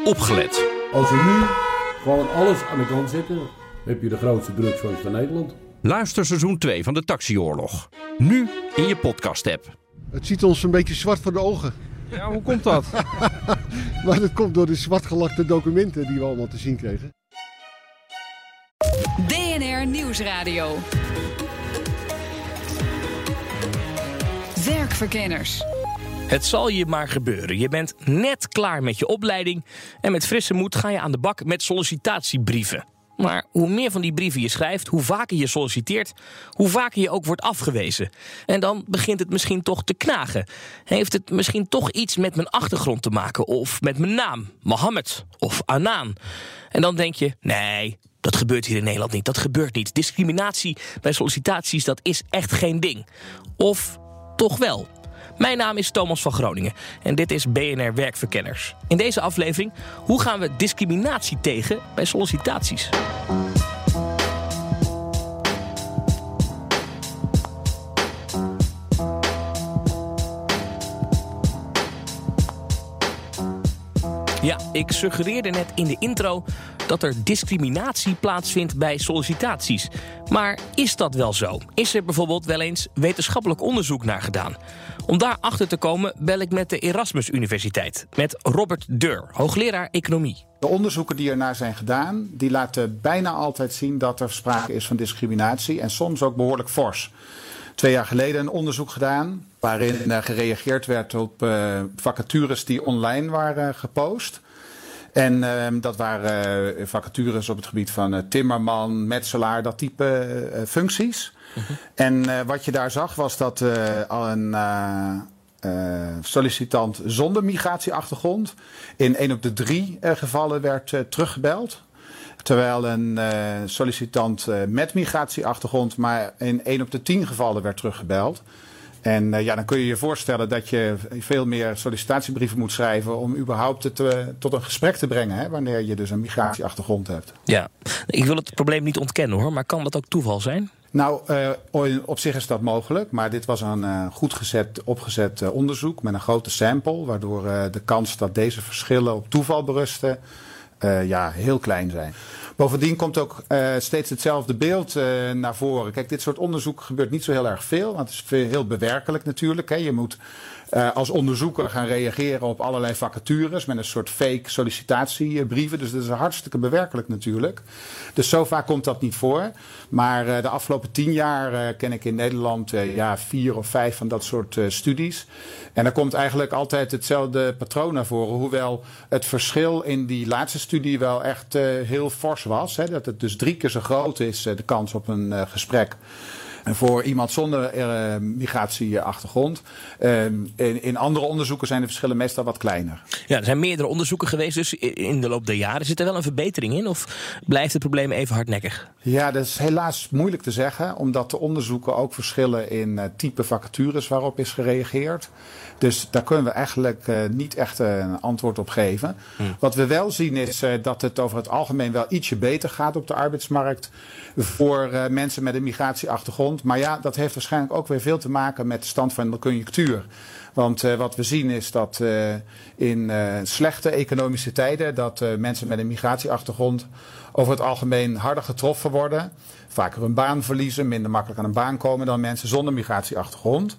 opgelet. Als we nu gewoon alles aan de kant zetten, heb je de grootste drugsfans van Nederland. Luister seizoen 2 van de Taxioorlog. Nu in je podcast-app. Het ziet ons een beetje zwart voor de ogen. Ja, hoe komt dat? Maar dat komt door de zwartgelakte documenten die we allemaal te zien kregen. DNR Nieuwsradio. Werkverkenners. Het zal je maar gebeuren. Je bent net klaar met je opleiding en met frisse moed ga je aan de bak met sollicitatiebrieven. Maar hoe meer van die brieven je schrijft, hoe vaker je solliciteert, hoe vaker je ook wordt afgewezen. En dan begint het misschien toch te knagen. Heeft het misschien toch iets met mijn achtergrond te maken of met mijn naam, Mohammed of Anaan? En dan denk je, nee, dat gebeurt hier in Nederland niet. Dat gebeurt niet. Discriminatie bij sollicitaties, dat is echt geen ding. Of toch wel? Mijn naam is Thomas van Groningen en dit is BNR Werkverkenners. In deze aflevering, hoe gaan we discriminatie tegen bij sollicitaties? Ja, ik suggereerde net in de intro dat er discriminatie plaatsvindt bij sollicitaties. Maar is dat wel zo? Is er bijvoorbeeld wel eens wetenschappelijk onderzoek naar gedaan? Om daar achter te komen bel ik met de Erasmus Universiteit, met Robert Deur, hoogleraar economie. De onderzoeken die ernaar zijn gedaan, die laten bijna altijd zien dat er sprake is van discriminatie en soms ook behoorlijk fors. 2 jaar geleden een onderzoek gedaan waarin gereageerd werd op vacatures die online waren gepost. En dat waren vacatures op het gebied van timmerman, metselaar, dat type functies. Uh-huh. En wat je daar zag was dat al een sollicitant zonder migratieachtergrond in 1 op de 3 gevallen werd teruggebeld. Terwijl een sollicitant met migratieachtergrond maar in 1 op de 10 gevallen werd teruggebeld. En dan kun je je voorstellen dat je veel meer sollicitatiebrieven moet schrijven om überhaupt het tot een gesprek te brengen, hè, wanneer je dus een migratieachtergrond hebt. Ja, ik wil het probleem niet ontkennen hoor, maar kan dat ook toeval zijn? Nou, op zich is dat mogelijk, maar dit was een goed opgezet onderzoek met een grote sample, waardoor de kans dat deze verschillen op toeval berusten heel klein zijn. Bovendien komt ook steeds hetzelfde beeld naar voren. Kijk, dit soort onderzoek gebeurt niet zo heel erg veel. Want het is heel bewerkelijk natuurlijk. Hè. Je moet als onderzoeker gaan reageren op allerlei vacatures met een soort fake sollicitatiebrieven. Dus dat is hartstikke bewerkelijk natuurlijk. Dus zo vaak komt dat niet voor. Maar de afgelopen 10 jaar ken ik in Nederland 4 of 5 van dat soort studies. En er komt eigenlijk altijd hetzelfde patroon naar voren. Hoewel het verschil in die laatste studie wel echt heel fors was. Hè, dat het dus 3 keer zo groot is, de kans op een gesprek. En voor iemand zonder migratieachtergrond. In andere onderzoeken zijn de verschillen meestal wat kleiner. Ja, er zijn meerdere onderzoeken geweest dus in de loop der jaren. Zit er wel een verbetering in of blijft het probleem even hardnekkig? Ja, dat is helaas moeilijk te zeggen. Omdat de onderzoeken ook verschillen in type vacatures waarop is gereageerd. Dus daar kunnen we eigenlijk niet echt een antwoord op geven. Wat we wel zien is dat het over het algemeen wel ietsje beter gaat op de arbeidsmarkt voor mensen met een migratieachtergrond. Maar ja, dat heeft waarschijnlijk ook weer veel te maken met de stand van de conjunctuur. Want wat we zien is dat in slechte economische tijden dat mensen met een migratieachtergrond over het algemeen harder getroffen worden. Vaker hun baan verliezen, minder makkelijk aan een baan komen dan mensen zonder migratieachtergrond.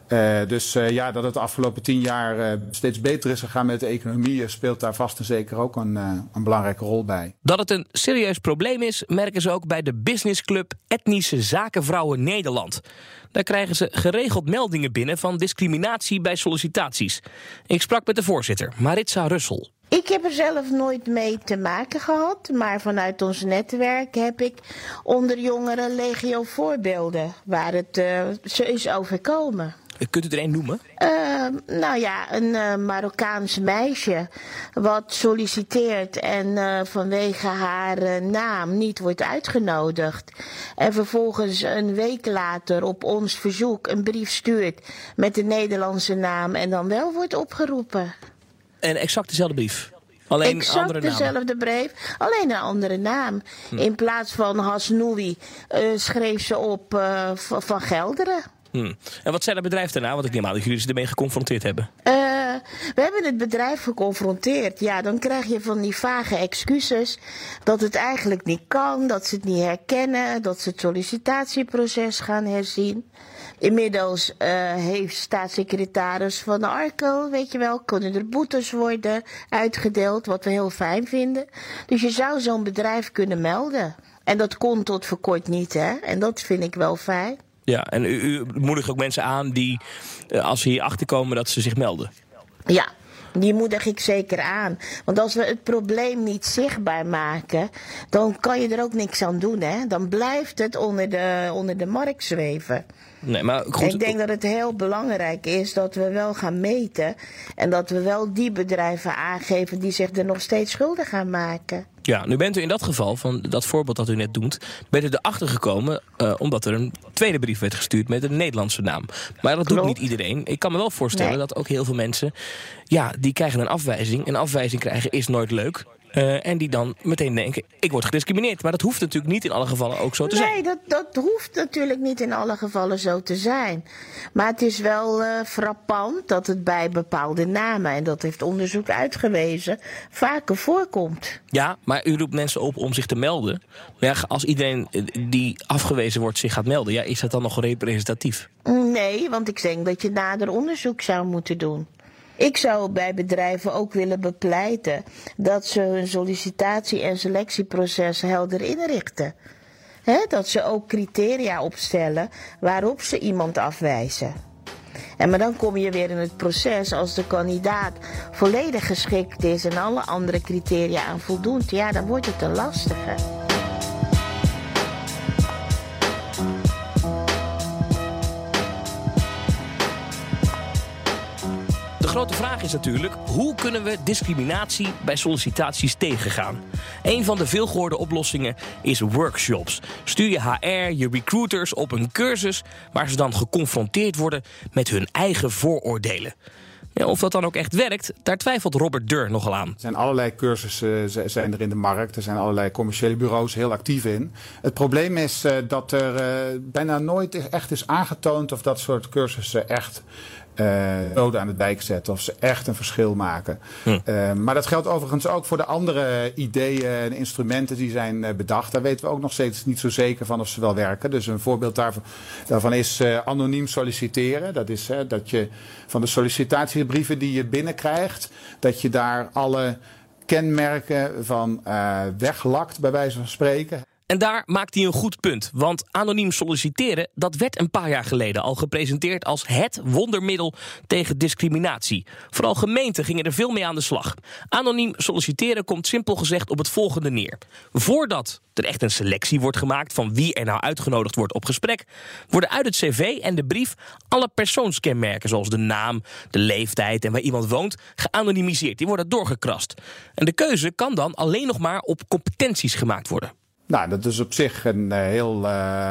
Dat het de afgelopen 10 jaar steeds beter is gegaan met de economie speelt daar vast en zeker ook een belangrijke rol bij. Dat het een serieus probleem is, merken ze ook bij de businessclub Etnische Zakenvrouwen Nederland. Daar krijgen ze geregeld meldingen binnen van discriminatie bij sollicitaties. Ik sprak met de voorzitter, Maritza Russel. Ik heb er zelf nooit mee te maken gehad, maar vanuit ons netwerk heb ik onder jongeren legio voorbeelden waar het zo is overkomen. Kunt u er een noemen? Een Marokkaans meisje wat solliciteert en vanwege haar naam niet wordt uitgenodigd. En vervolgens een week later op ons verzoek een brief stuurt met de Nederlandse naam en dan wel wordt opgeroepen. En exact dezelfde brief? Alleen exact andere naam. Dezelfde brief, alleen een andere naam. In plaats van Hasnoui schreef ze op Van Gelderen. En wat zei dat bedrijf daarna? Want ik neem aan dat jullie ze ermee geconfronteerd hebben. We hebben het bedrijf geconfronteerd. Ja, dan krijg je van die vage excuses dat het eigenlijk niet kan, dat ze het niet herkennen, dat ze het sollicitatieproces gaan herzien. Inmiddels heeft staatssecretaris Van Arkel, weet je wel, kunnen er boetes worden uitgedeeld, wat we heel fijn vinden. Dus je zou zo'n bedrijf kunnen melden. En dat kon tot voor kort niet, hè? En dat vind ik wel fijn. Ja, en u moedigt ook mensen aan die, als ze hier achterkomen, dat ze zich melden. Ja, die moedig ik zeker aan. Want als we het probleem niet zichtbaar maken, dan kan je er ook niks aan doen, hè? Dan blijft het onder de markt zweven. Nee, maar goed, ik denk dat het heel belangrijk is dat we wel gaan meten en dat we wel die bedrijven aangeven die zich er nog steeds schuldig aan maken. Ja, nu bent u in dat geval, van dat voorbeeld dat u net doet, bent u erachter gekomen omdat er een tweede brief werd gestuurd met een Nederlandse naam. Maar dat doet niet iedereen. Ik kan me wel voorstellen dat ook heel veel mensen, ja, die krijgen een afwijzing. Een afwijzing krijgen is nooit leuk. En die dan meteen denken, ik word gediscrimineerd. Maar dat hoeft natuurlijk niet in alle gevallen ook zo te zijn. Nee, dat hoeft natuurlijk niet in alle gevallen zo te zijn. Maar het is wel frappant dat het bij bepaalde namen, en dat heeft onderzoek uitgewezen, vaker voorkomt. Ja, maar u roept mensen op om zich te melden. Maar ja, als iedereen die afgewezen wordt zich gaat melden, ja, is dat dan nog representatief? Nee, want ik denk dat je nader onderzoek zou moeten doen. Ik zou bij bedrijven ook willen bepleiten dat ze hun sollicitatie- en selectieproces helder inrichten. Dat ze ook criteria opstellen waarop ze iemand afwijzen. Maar dan kom je weer in het proces als de kandidaat volledig geschikt is en alle andere criteria aan voldoet. Ja, dan wordt het een lastige. De grote vraag is natuurlijk, hoe kunnen we discriminatie bij sollicitaties tegengaan? Een van de veelgehoorde oplossingen is workshops. Stuur je HR, je recruiters op een cursus waar ze dan geconfronteerd worden met hun eigen vooroordelen. Ja, of dat dan ook echt werkt, daar twijfelt Robert Durr nogal aan. Er zijn allerlei cursussen zijn er in de markt. Er zijn allerlei commerciële bureaus heel actief in. Het probleem is dat er bijna nooit echt is aangetoond of dat soort cursussen echt noden aan de dijk zetten. Of ze echt een verschil maken. Maar dat geldt overigens ook voor de andere ideeën en instrumenten die zijn bedacht. Daar weten we ook nog steeds niet zo zeker van of ze wel werken. Dus een voorbeeld daarvan is anoniem solliciteren. Dat is dat je van de sollicitatiebrieven die je binnenkrijgt, dat je daar alle kenmerken van weglakt, bij wijze van spreken. En daar maakt hij een goed punt. Want anoniem solliciteren, dat werd een paar jaar geleden al gepresenteerd als het wondermiddel tegen discriminatie. Vooral gemeenten gingen er veel mee aan de slag. Anoniem solliciteren komt simpel gezegd op het volgende neer. Voordat er echt een selectie wordt gemaakt van wie er nou uitgenodigd wordt op gesprek, worden uit het cv en de brief alle persoonskenmerken, zoals de naam, de leeftijd en waar iemand woont, geanonimiseerd. Die worden doorgekrast. En de keuze kan dan alleen nog maar op competenties gemaakt worden. Nou, dat is op zich een heel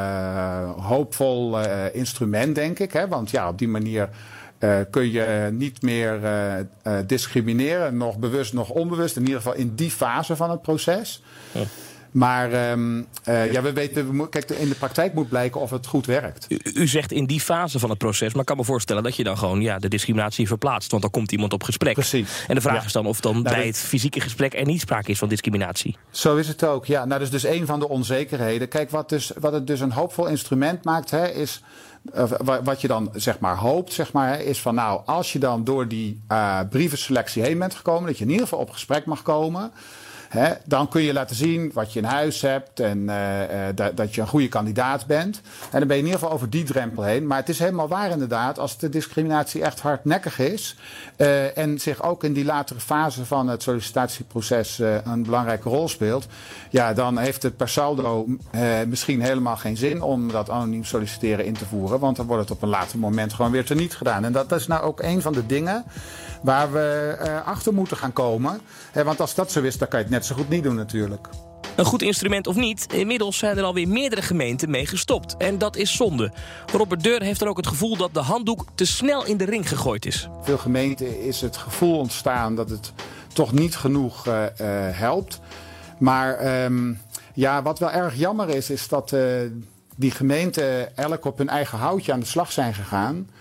hoopvol instrument, denk ik. Hè? Want ja, op die manier kun je niet meer discrimineren. Nog bewust, nog onbewust. In ieder geval in die fase van het proces. Ja. Maar we weten, kijk, in de praktijk moet blijken of het goed werkt. U zegt in die fase van het proces, maar ik kan me voorstellen dat je dan gewoon de discriminatie verplaatst. Want dan komt iemand op gesprek. Precies. En de vraag is dan of dan bij het fysieke gesprek er niet sprake is van discriminatie. Zo is het ook, ja. Nou, dat is dus een van de onzekerheden. Kijk, wat het dus een hoopvol instrument maakt, is wat je dan zeg maar hoopt, is van nou, als je dan door die brievenselectie heen bent gekomen, dat je in ieder geval op gesprek mag komen. Dan kun je laten zien wat je in huis hebt en dat je een goede kandidaat bent. En dan ben je in ieder geval over die drempel heen. Maar het is helemaal waar inderdaad, als de discriminatie echt hardnekkig is en zich ook in die latere fase van het sollicitatieproces een belangrijke rol speelt, ja, dan heeft het per saldo misschien helemaal geen zin om dat anoniem solliciteren in te voeren. Want dan wordt het op een later moment gewoon weer teniet gedaan. En dat is nou ook een van de dingen waar we achter moeten gaan komen. Want als dat zo is, dan kan je het net zo goed niet doen natuurlijk. Een goed instrument of niet, inmiddels zijn er alweer meerdere gemeenten mee gestopt. En dat is zonde. Robert Durr heeft er ook het gevoel dat de handdoek te snel in de ring gegooid is. Veel gemeenten is het gevoel ontstaan dat het toch niet genoeg helpt. Maar wat wel erg jammer is dat die gemeenten elk op hun eigen houtje aan de slag zijn gegaan.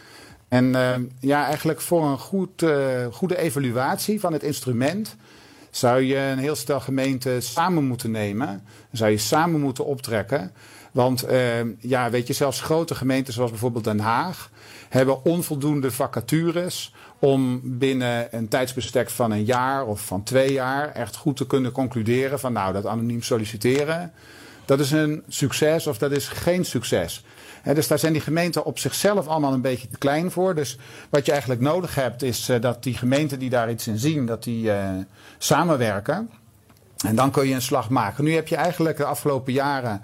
En eigenlijk voor een goede evaluatie van het instrument zou je een heel stel gemeenten samen moeten nemen. Dan zou je samen moeten optrekken. Want zelfs grote gemeenten zoals bijvoorbeeld Den Haag hebben onvoldoende vacatures om binnen een tijdsbestek van 1 jaar of van 2 jaar echt goed te kunnen concluderen van dat anoniem solliciteren, dat is een succes of dat is geen succes. Dus daar zijn die gemeenten op zichzelf allemaal een beetje te klein voor. Dus wat je eigenlijk nodig hebt is dat die gemeenten die daar iets in zien, dat die samenwerken. En dan kun je een slag maken. Nu heb je eigenlijk de afgelopen jaren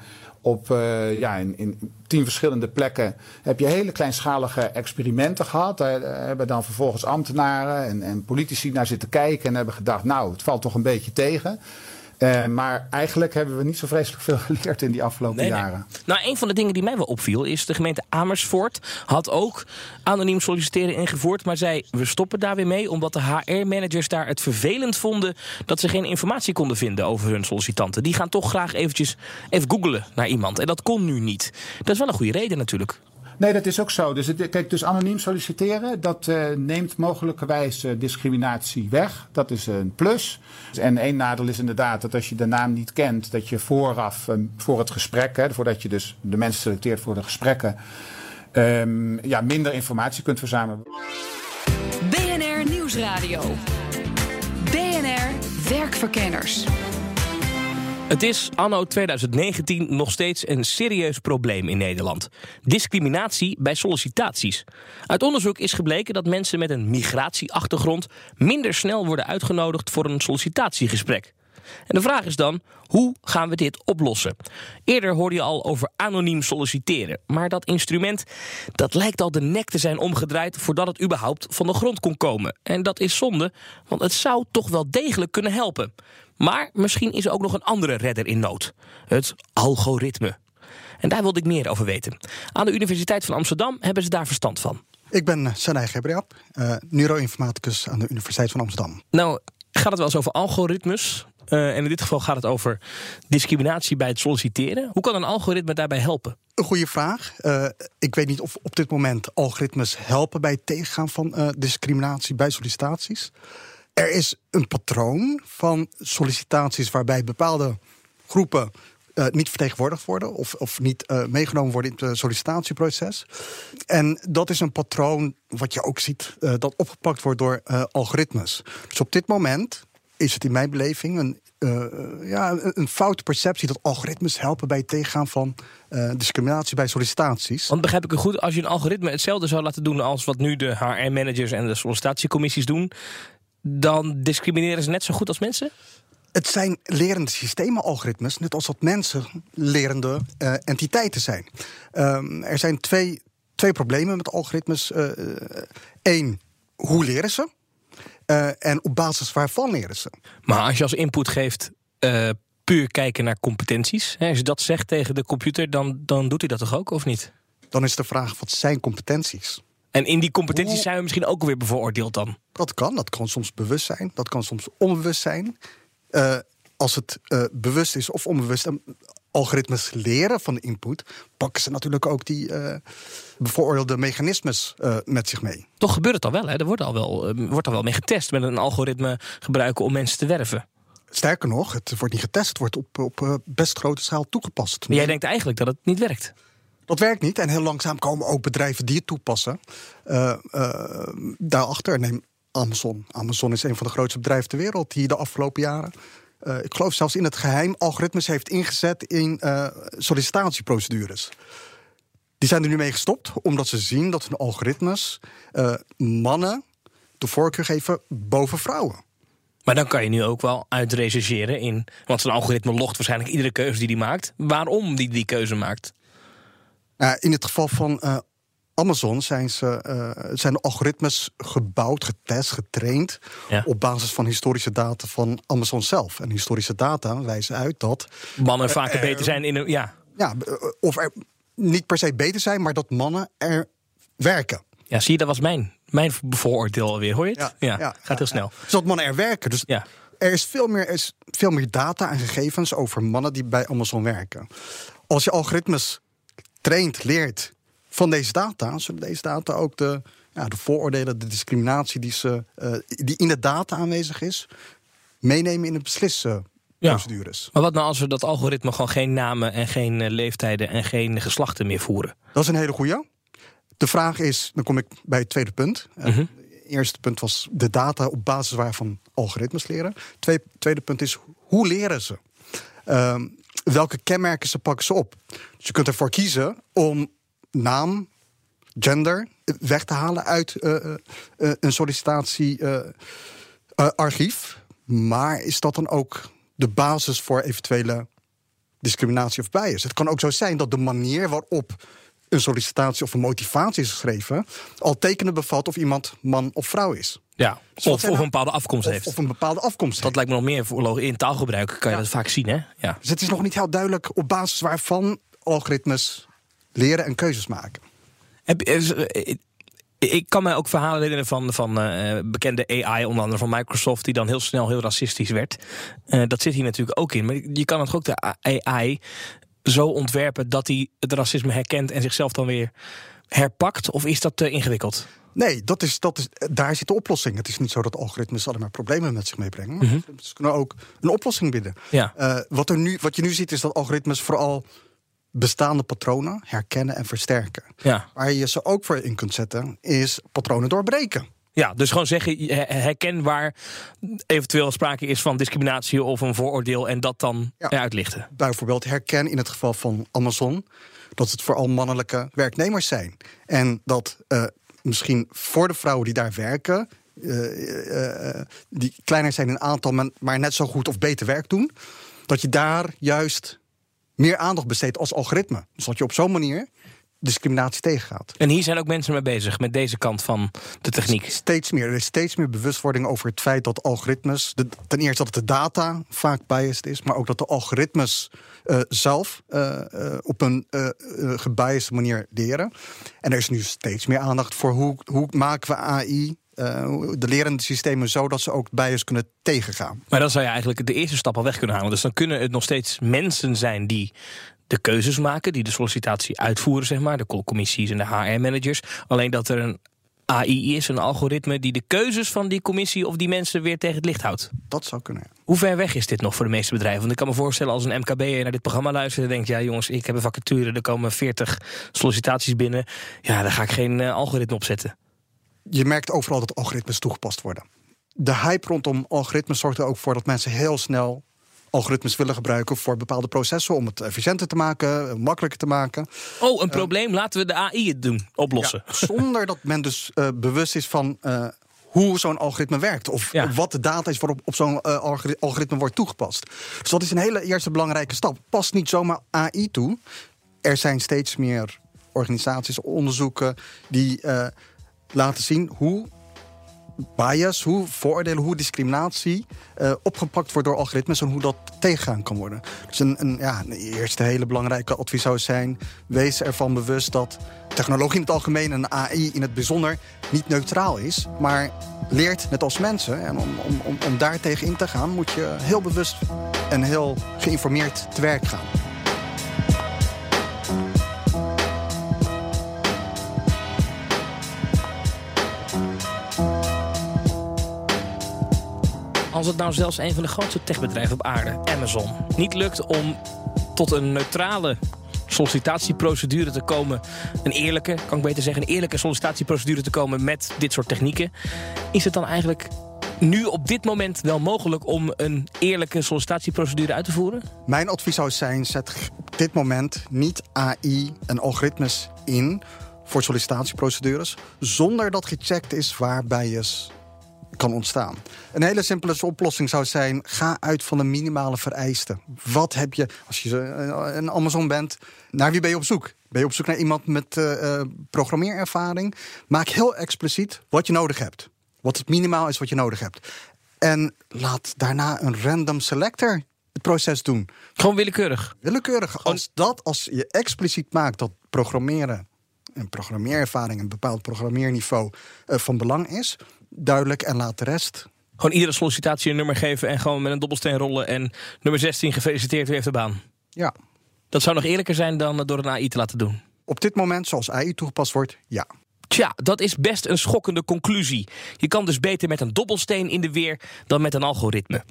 in 10 verschillende plekken heb je hele kleinschalige experimenten gehad. Daar hebben dan vervolgens ambtenaren en politici naar zitten kijken en hebben gedacht, het valt toch een beetje tegen. Maar eigenlijk hebben we niet zo vreselijk veel geleerd in die afgelopen jaren. Nou, een van de dingen die mij wel opviel is de gemeente Amersfoort had ook anoniem solliciteren ingevoerd, maar zei we stoppen daar weer mee omdat de HR-managers daar het vervelend vonden dat ze geen informatie konden vinden over hun sollicitanten. Die gaan toch graag even googlen naar iemand en dat kon nu niet. Dat is wel een goede reden natuurlijk. Nee, dat is ook zo. Dus anoniem solliciteren, dat neemt mogelijkerwijs discriminatie weg. Dat is een plus. En 1 nadeel is inderdaad dat als je de naam niet kent, dat je vooraf voor het gesprek, voordat je dus de mensen selecteert voor de gesprekken, minder informatie kunt verzamelen. BNR Nieuwsradio. BNR Werkverkenners. Het is anno 2019 nog steeds een serieus probleem in Nederland. Discriminatie bij sollicitaties. Uit onderzoek is gebleken dat mensen met een migratieachtergrond minder snel worden uitgenodigd voor een sollicitatiegesprek. En de vraag is dan, hoe gaan we dit oplossen? Eerder hoorde je al over anoniem solliciteren. Maar dat instrument, dat lijkt al de nek te zijn omgedraaid voordat het überhaupt van de grond kon komen. En dat is zonde, want het zou toch wel degelijk kunnen helpen. Maar misschien is er ook nog een andere redder in nood. Het algoritme. En daar wilde ik meer over weten. Aan de Universiteit van Amsterdam hebben ze daar verstand van. Ik ben Sanay Gebriab, neuroinformaticus aan de Universiteit van Amsterdam. Nou, gaat het wel eens over algoritmes? En in dit geval gaat het over discriminatie bij het solliciteren. Hoe kan een algoritme daarbij helpen? Een goede vraag. Ik weet niet of op dit moment algoritmes helpen bij het tegengaan van discriminatie bij sollicitaties. Er is een patroon van sollicitaties waarbij bepaalde groepen niet vertegenwoordigd worden of niet meegenomen worden in het sollicitatieproces. En dat is een patroon wat je ook ziet dat opgepakt wordt door algoritmes. Dus op dit moment is het in mijn beleving een foute perceptie dat algoritmes helpen bij het tegengaan van discriminatie bij sollicitaties. Want begrijp ik het goed, als je een algoritme hetzelfde zou laten doen als wat nu de HR-managers en de sollicitatiecommissies doen, dan discrimineren ze net zo goed als mensen? Het zijn lerende systemen-algoritmes, net als dat mensen lerende entiteiten zijn. Er zijn twee problemen met algoritmes. 1, hoe leren ze? En op basis waarvan leren ze? Maar als je als input geeft puur kijken naar competenties, als je dat zegt tegen de computer, dan doet hij dat toch ook, of niet? Dan is de vraag, wat zijn competenties? En in die competenties zijn we misschien ook alweer bevooroordeeld dan? Dat kan soms bewust zijn, dat kan soms onbewust zijn. Als het bewust is of onbewust, algoritmes leren van de input, pakken ze natuurlijk ook die bevooroordeelde mechanismes met zich mee. Toch gebeurt het al wel, hè? Er wordt al wel mee getest met een algoritme gebruiken om mensen te werven. Sterker nog, het wordt niet getest, het wordt op best grote schaal toegepast. Maar jij denkt eigenlijk dat het niet werkt? Dat werkt niet en heel langzaam komen ook bedrijven die het toepassen. Daarachter neem Amazon. Amazon is een van de grootste bedrijven ter wereld die de afgelopen jaren, ik geloof zelfs in het geheim, algoritmes heeft ingezet in sollicitatieprocedures. Die zijn er nu mee gestopt, omdat ze zien dat hun algoritmes mannen de voorkeur geven boven vrouwen. Maar dan kan je nu ook wel uitrechercheren in, want zo'n algoritme logt waarschijnlijk iedere keuze die hij maakt, waarom die keuze maakt. In het geval van Amazon zijn de algoritmes gebouwd, getest, getraind op basis van historische data van Amazon zelf. En historische data wijzen uit dat mannen vaker beter zijn in een. Ja, of er niet per se beter zijn, maar dat mannen er werken. Ja, zie je, dat was mijn bevooroordeel alweer, hoor je het? Ja, gaat heel snel. Dus dat mannen er werken. Dus er is veel meer data en gegevens over mannen die bij Amazon werken. Als je algoritmes traint, leert van deze data, zullen deze data ook de de vooroordelen, de discriminatie die in de data aanwezig is, meenemen in de beslisprocedures. Maar wat nou als we dat algoritme gewoon geen namen en geen leeftijden en geen geslachten meer voeren? Dat is een hele goeie. De vraag is, dan kom ik bij het tweede punt. Het eerste punt was de data op basis waarvan algoritmes leren. Tweede punt is, hoe leren ze? Welke kenmerken pakken ze op? Dus je kunt ervoor kiezen om naam, gender weg te halen uit een sollicitatiearchief. Maar is dat dan ook de basis voor eventuele discriminatie of bias? Het kan ook zo zijn dat de manier waarop een sollicitatie of een motivatie is geschreven al tekenen bevat of iemand man of vrouw is. Ja, of een bepaalde afkomst heeft. Of een bepaalde afkomst dat lijkt me nog meer voor in taalgebruik kan je dat vaak zien, hè? Ja. Dus het is nog niet heel duidelijk op basis waarvan algoritmes leren en keuzes maken. Ik kan mij ook verhalen herinneren van bekende AI, onder andere van Microsoft, die dan heel snel heel racistisch werd. Dat zit hier natuurlijk ook in. Maar je kan het ook de AI zo ontwerpen dat hij het racisme herkent en zichzelf dan weer herpakt? Of is dat te ingewikkeld? Nee, daar zit de oplossing. Het is niet zo dat algoritmes alleen maar problemen met zich meebrengen. Maar ze kunnen ook een oplossing bieden. Ja. Wat je nu ziet is dat algoritmes vooral bestaande patronen herkennen en versterken. Ja. Waar je ze ook voor in kunt zetten is patronen doorbreken. Ja, dus gewoon zeggen, herken waar eventueel sprake is van discriminatie of een vooroordeel en dat dan eruit lichten. Bijvoorbeeld herken in het geval van Amazon dat het vooral mannelijke werknemers zijn. En dat misschien voor de vrouwen die daar werken, die kleiner zijn in aantal, maar net zo goed of beter werk doen, dat je daar juist meer aandacht besteedt als algoritme. Dus dat je op zo'n manier discriminatie tegengaat. En hier zijn ook mensen mee bezig, met deze kant van de techniek. Steeds meer. Er is steeds meer bewustwording over het feit dat algoritmes, ten eerste dat de data vaak biased is, maar ook dat de algoritmes zelf op een gebiased manier leren. En er is nu steeds meer aandacht voor hoe maken we AI, de lerende systemen, zo dat ze ook bias kunnen tegengaan. Maar dan zou je eigenlijk de eerste stap al weg kunnen halen. Dus dan kunnen het nog steeds mensen zijn die de keuzes maken, die de sollicitatie uitvoeren, zeg maar, de commissies en de HR-managers. Alleen dat er een AI is, een algoritme die de keuzes van die commissie of die mensen weer tegen het licht houdt. Dat zou kunnen. Hoe ver weg is dit nog voor de meeste bedrijven? Want ik kan me voorstellen als een MKB'er naar dit programma luistert en denkt, ja jongens, ik heb een vacature, er komen 40 sollicitaties binnen. Ja, daar ga ik geen algoritme op zetten. Je merkt overal dat algoritmes toegepast worden. De hype rondom algoritmes zorgt er ook voor dat mensen heel snel algoritmes willen gebruiken voor bepaalde processen om het efficiënter te maken, makkelijker te maken. Oh, een probleem. Laten we de AI het doen, oplossen. Ja, zonder dat men dus bewust is van hoe zo'n algoritme werkt. Of wat de data is waarop op zo'n algoritme wordt toegepast. Dus dat is een hele eerste belangrijke stap. Pas niet zomaar AI toe. Er zijn steeds meer organisaties, onderzoeken die laten zien hoe bias, hoe vooroordelen, hoe discriminatie opgepakt wordt door algoritmes en hoe dat tegengaan kan worden. Dus een eerste hele belangrijke advies zou zijn, wees ervan bewust dat technologie in het algemeen en AI in het bijzonder niet neutraal is, maar leert net als mensen. En om daar tegen in te gaan moet je heel bewust en heel geïnformeerd te werk gaan. Als het nou zelfs een van de grootste techbedrijven op aarde, Amazon, niet lukt om tot een neutrale sollicitatieprocedure te komen, een eerlijke sollicitatieprocedure te komen met dit soort technieken, is het dan eigenlijk nu op dit moment wel mogelijk om een eerlijke sollicitatieprocedure uit te voeren? Mijn advies zou zijn, zet op dit moment niet AI en algoritmes in voor sollicitatieprocedures, zonder dat gecheckt is waar bias kan ontstaan. Een hele simpele oplossing zou zijn, ga uit van de minimale vereisten. Wat heb je, als je een Amazon bent, naar wie ben je op zoek? Ben je op zoek naar iemand met programmeerervaring? Maak heel expliciet wat je nodig hebt. Wat het minimaal is wat je nodig hebt. En laat daarna een random selector het proces doen. Gewoon willekeurig? Willekeurig. Als je expliciet maakt dat programmeren en programmeerervaring, een bepaald programmeerniveau van belang is, duidelijk, en laat de rest. Gewoon iedere sollicitatie een nummer geven en gewoon met een dobbelsteen rollen en nummer 16 gefeliciteerd, u heeft de baan. Ja. Dat zou nog eerlijker zijn dan door een AI te laten doen. Op dit moment, zoals AI toegepast wordt, ja. Tja, dat is best een schokkende conclusie. Je kan dus beter met een dobbelsteen in de weer dan met een algoritme.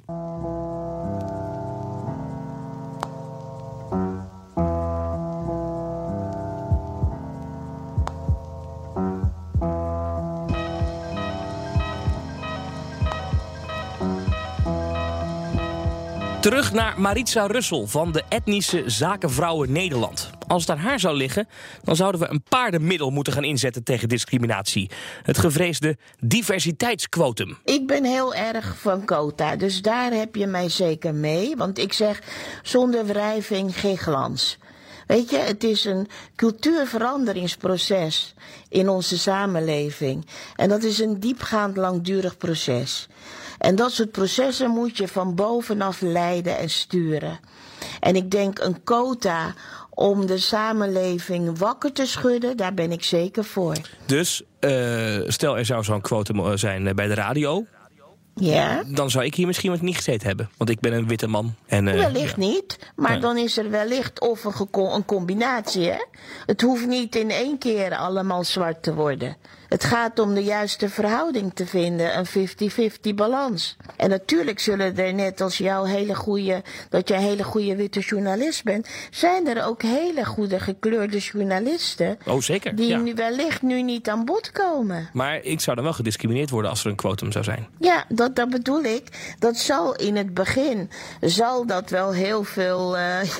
Terug naar Maritza Russel van de Etnische Zakenvrouwen Nederland. Als het aan haar zou liggen, dan zouden we een paardenmiddel moeten gaan inzetten tegen discriminatie. Het gevreesde diversiteitsquotum. Ik ben heel erg van quota, dus daar heb je mij zeker mee. Want ik zeg, zonder wrijving geen glans. Weet je, het is een cultuurveranderingsproces in onze samenleving. En dat is een diepgaand langdurig proces. En dat soort processen moet je van bovenaf leiden en sturen. En ik denk een quota om de samenleving wakker te schudden, daar ben ik zeker voor. Dus, stel er zou zo'n quotum zijn bij de radio. Ja. Dan zou ik hier misschien niet gezeten hebben. Want ik ben een witte man. En, wellicht niet. Maar dan is er wellicht of een combinatie. Hè? Het hoeft niet in één keer allemaal zwart te worden. Het gaat om de juiste verhouding te vinden. Een 50-50 balans. En natuurlijk zullen er, net als dat je een hele goede witte journalist bent, zijn er ook hele goede gekleurde journalisten. Oh, zeker. Die nu wellicht niet aan bod komen. Maar ik zou dan wel gediscrimineerd worden als er een quotum zou zijn. Ja, dat bedoel ik. Dat zal in het begin, wel heel veel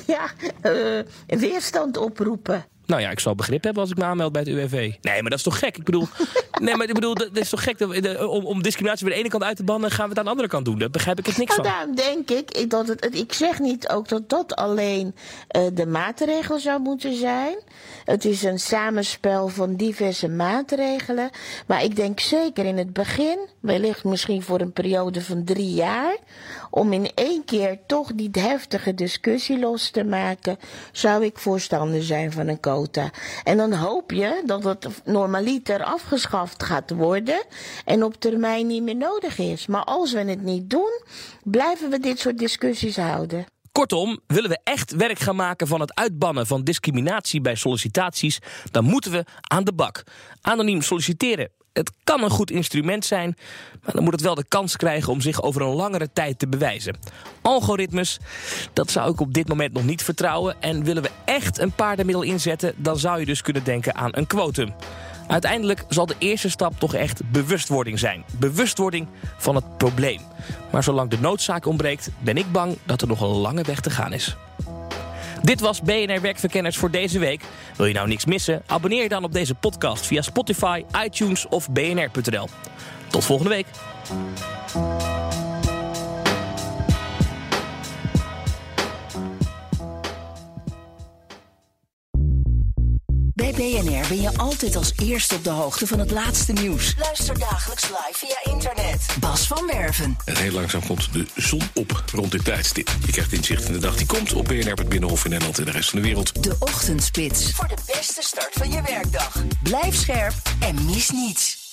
weerstand oproepen. Nou ja, ik zal begrip hebben als ik me aanmeld bij het UWV. Nee, maar dat is toch gek? Ik bedoel, dat is toch gek? Om discriminatie bij de ene kant uit te bannen, gaan we het aan de andere kant doen. Daar begrijp ik het niks van. Daarom denk ik ik zeg niet ook dat alleen de maatregel zou moeten zijn. Het is een samenspel van diverse maatregelen. Maar ik denk zeker in het begin, wellicht misschien voor een periode van 3 jaar, om in één keer toch die heftige discussie los te maken, zou ik voorstander zijn van een quota. En dan hoop je dat het normaliter afgeschaft gaat worden en op termijn niet meer nodig is. Maar als we het niet doen, blijven we dit soort discussies houden. Kortom, willen we echt werk gaan maken van het uitbannen van discriminatie bij sollicitaties, dan moeten we aan de bak. Anoniem solliciteren. Het kan een goed instrument zijn, maar dan moet het wel de kans krijgen om zich over een langere tijd te bewijzen. Algoritmes, dat zou ik op dit moment nog niet vertrouwen. En willen we echt een paardenmiddel inzetten, dan zou je dus kunnen denken aan een quotum. Uiteindelijk zal de eerste stap toch echt bewustwording zijn. Bewustwording van het probleem. Maar zolang de noodzaak ontbreekt, ben ik bang dat er nog een lange weg te gaan is. Dit was BNR Werkverkenners voor deze week. Wil je nou niks missen? Abonneer je dan op deze podcast via Spotify, iTunes of bnr.nl. Tot volgende week. Bij BNR ben je altijd als eerste op de hoogte van het laatste nieuws. Luister dagelijks live via internet. Bas van Werven. En heel langzaam komt de zon op rond dit tijdstip. Je krijgt inzicht in de dag die komt op BNR, het Binnenhof in Nederland en de rest van de wereld. De Ochtendspits. Voor de beste start van je werkdag. Blijf scherp en mis niets.